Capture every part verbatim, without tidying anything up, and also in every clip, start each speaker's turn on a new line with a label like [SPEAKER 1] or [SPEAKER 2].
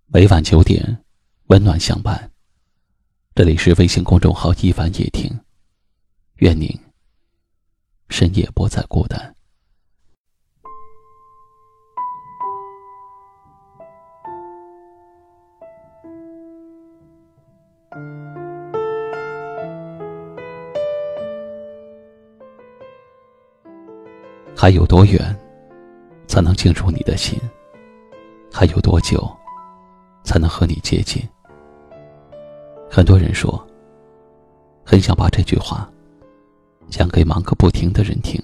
[SPEAKER 1] 每晚九点，温暖相伴。这里是微信公众号一晚夜听，愿您深夜不再孤单。还有多远才能进入你的心？还有多久才能和你接近？很多人说，很想把这句话讲给忙个不停的人听。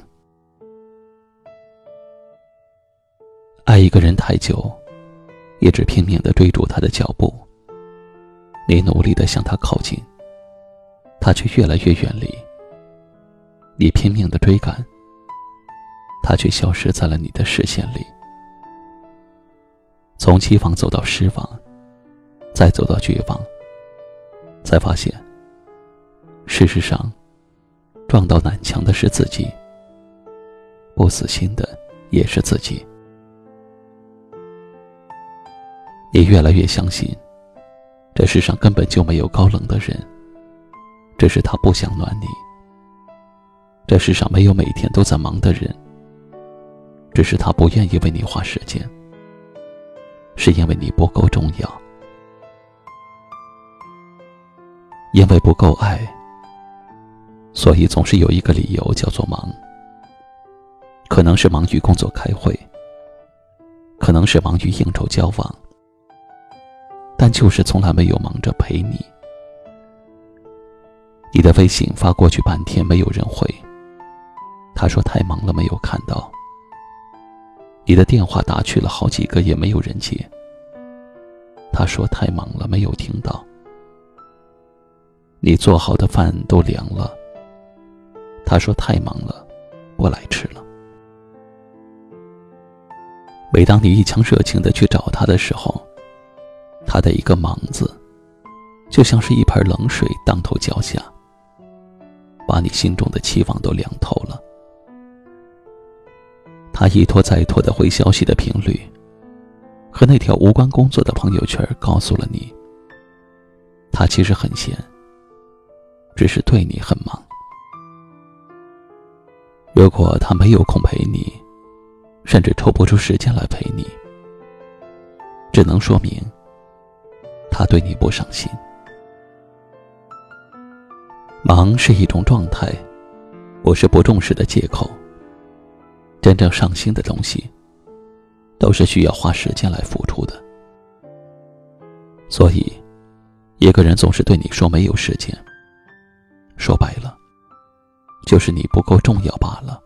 [SPEAKER 1] 爱一个人太久，一直拼命地追逐他的脚步，你努力地向他靠近，他却越来越远离。你拼命地追赶，他却消失在了你的视线里。从期望走到失望，再走到绝望，才发现事实上撞到南墙的是自己，不死心的也是自己。你越来越相信这世上根本就没有高冷的人，只是他不想暖你。这世上没有每天都在忙的人，只是他不愿意为你花时间，是因为你不够重要。因为不够爱，所以总是有一个理由叫做忙。可能是忙于工作开会，可能是忙于应酬交往，但就是从来没有忙着陪你。你的微信发过去半天没有人回，他说太忙了没有看到。你的电话打去了好几个也没有人接，他说太忙了没有听到。你做好的饭都凉了，他说太忙了不来吃了。每当你一腔热情地去找他的时候，他的一个忙字就像是一盆冷水当头浇下，把你心中的期望都凉透了。他一拖再拖的回消息的频率，和那条无关工作的朋友圈告诉了你，他其实很闲，只是对你很忙。如果他没有空陪你，甚至抽不出时间来陪你，只能说明他对你不上心。忙是一种状态，不是不重视的借口。真正上心的东西都是需要花时间来付出的。所以一个人总是对你说没有时间，说白了就是你不够重要罢了。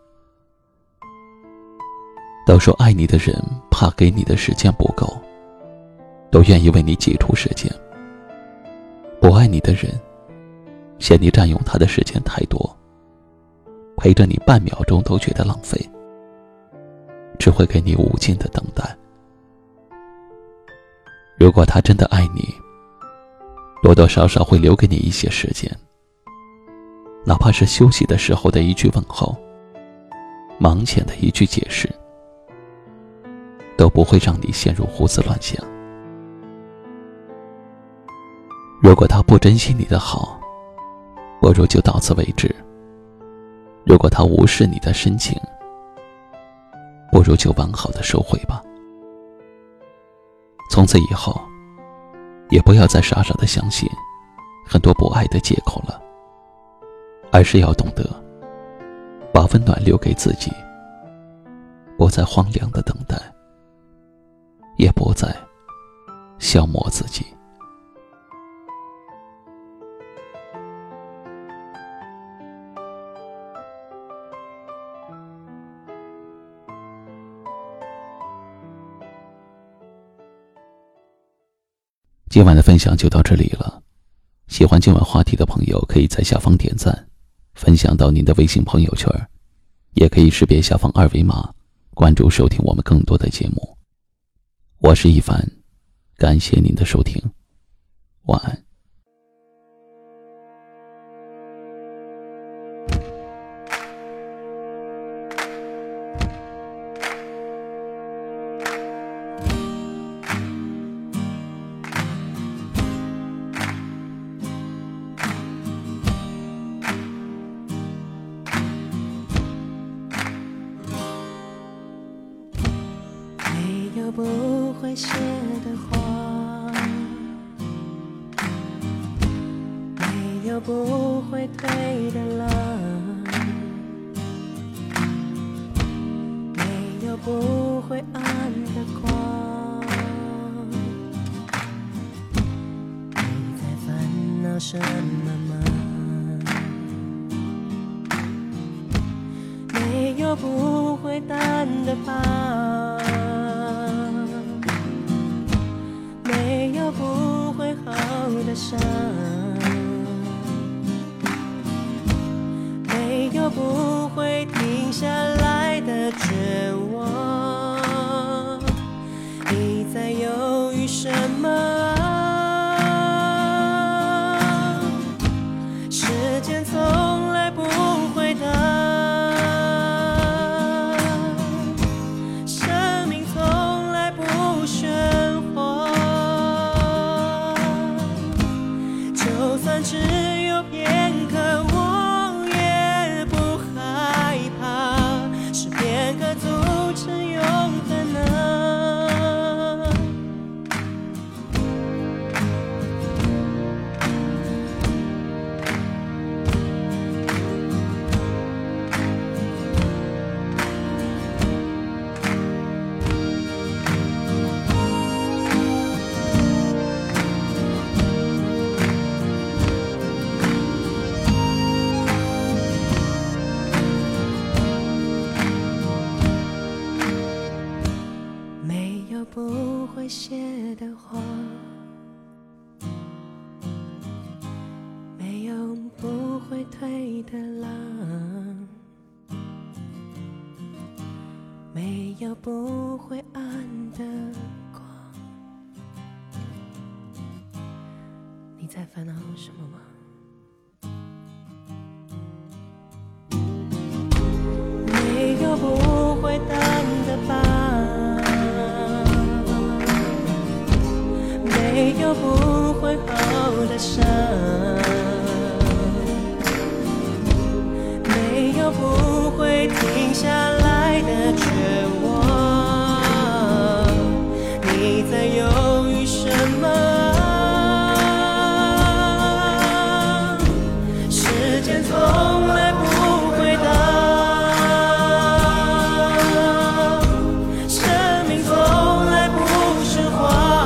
[SPEAKER 1] 都说爱你的人怕给你的时间不够，都愿意为你挤出时间。不爱你的人嫌你占用他的时间太多，陪着你半秒钟都觉得浪费，只会给你无尽的等待。如果他真的爱你，多多少少会留给你一些时间，哪怕是休息的时候的一句问候，忙前的一句解释，都不会让你陷入胡思乱想。如果他不珍惜你的好，不如就到此为止。如果他无视你的深情，不如就完好的收回吧。从此以后，也不要再傻傻的相信很多不爱的借口了，而是要懂得把温暖留给自己，不再荒凉的等待，也不再消磨自己。今晚的分享就到这里了，喜欢今晚话题的朋友可以在下方点赞，分享到您的微信朋友圈，也可以识别下方二维码关注收听我们更多的节目。我是一凡，感谢您的收听，晚安。
[SPEAKER 2] 会谢的花，没有不会退的浪，没有不会暗的光。你在烦恼什么吗？没有不会淡的疤，没有不会好的伤，没有不会停下来的绝望。你在犹豫什么啊？时间从来不会等，只有片刻，我也不害怕，是片刻组成永恒啊。不会谢的花，没有不会退的浪，没有不会暗的光。你在烦恼什么吗？没有不会淡的疤，没有不会好的伤，没有不会停下来的绝望。你在犹豫什么啊？时间从来不会等，生命从来不是谎。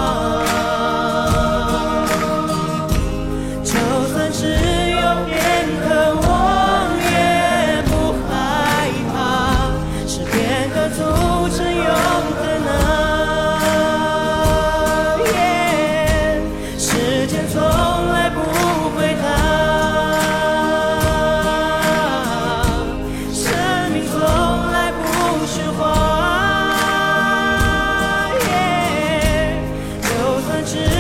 [SPEAKER 2] 只有片刻，我也不害怕，是片刻组成永恒啊。Yeah， 时间从来不会等，生命从来不是谎。Yeah， 就算只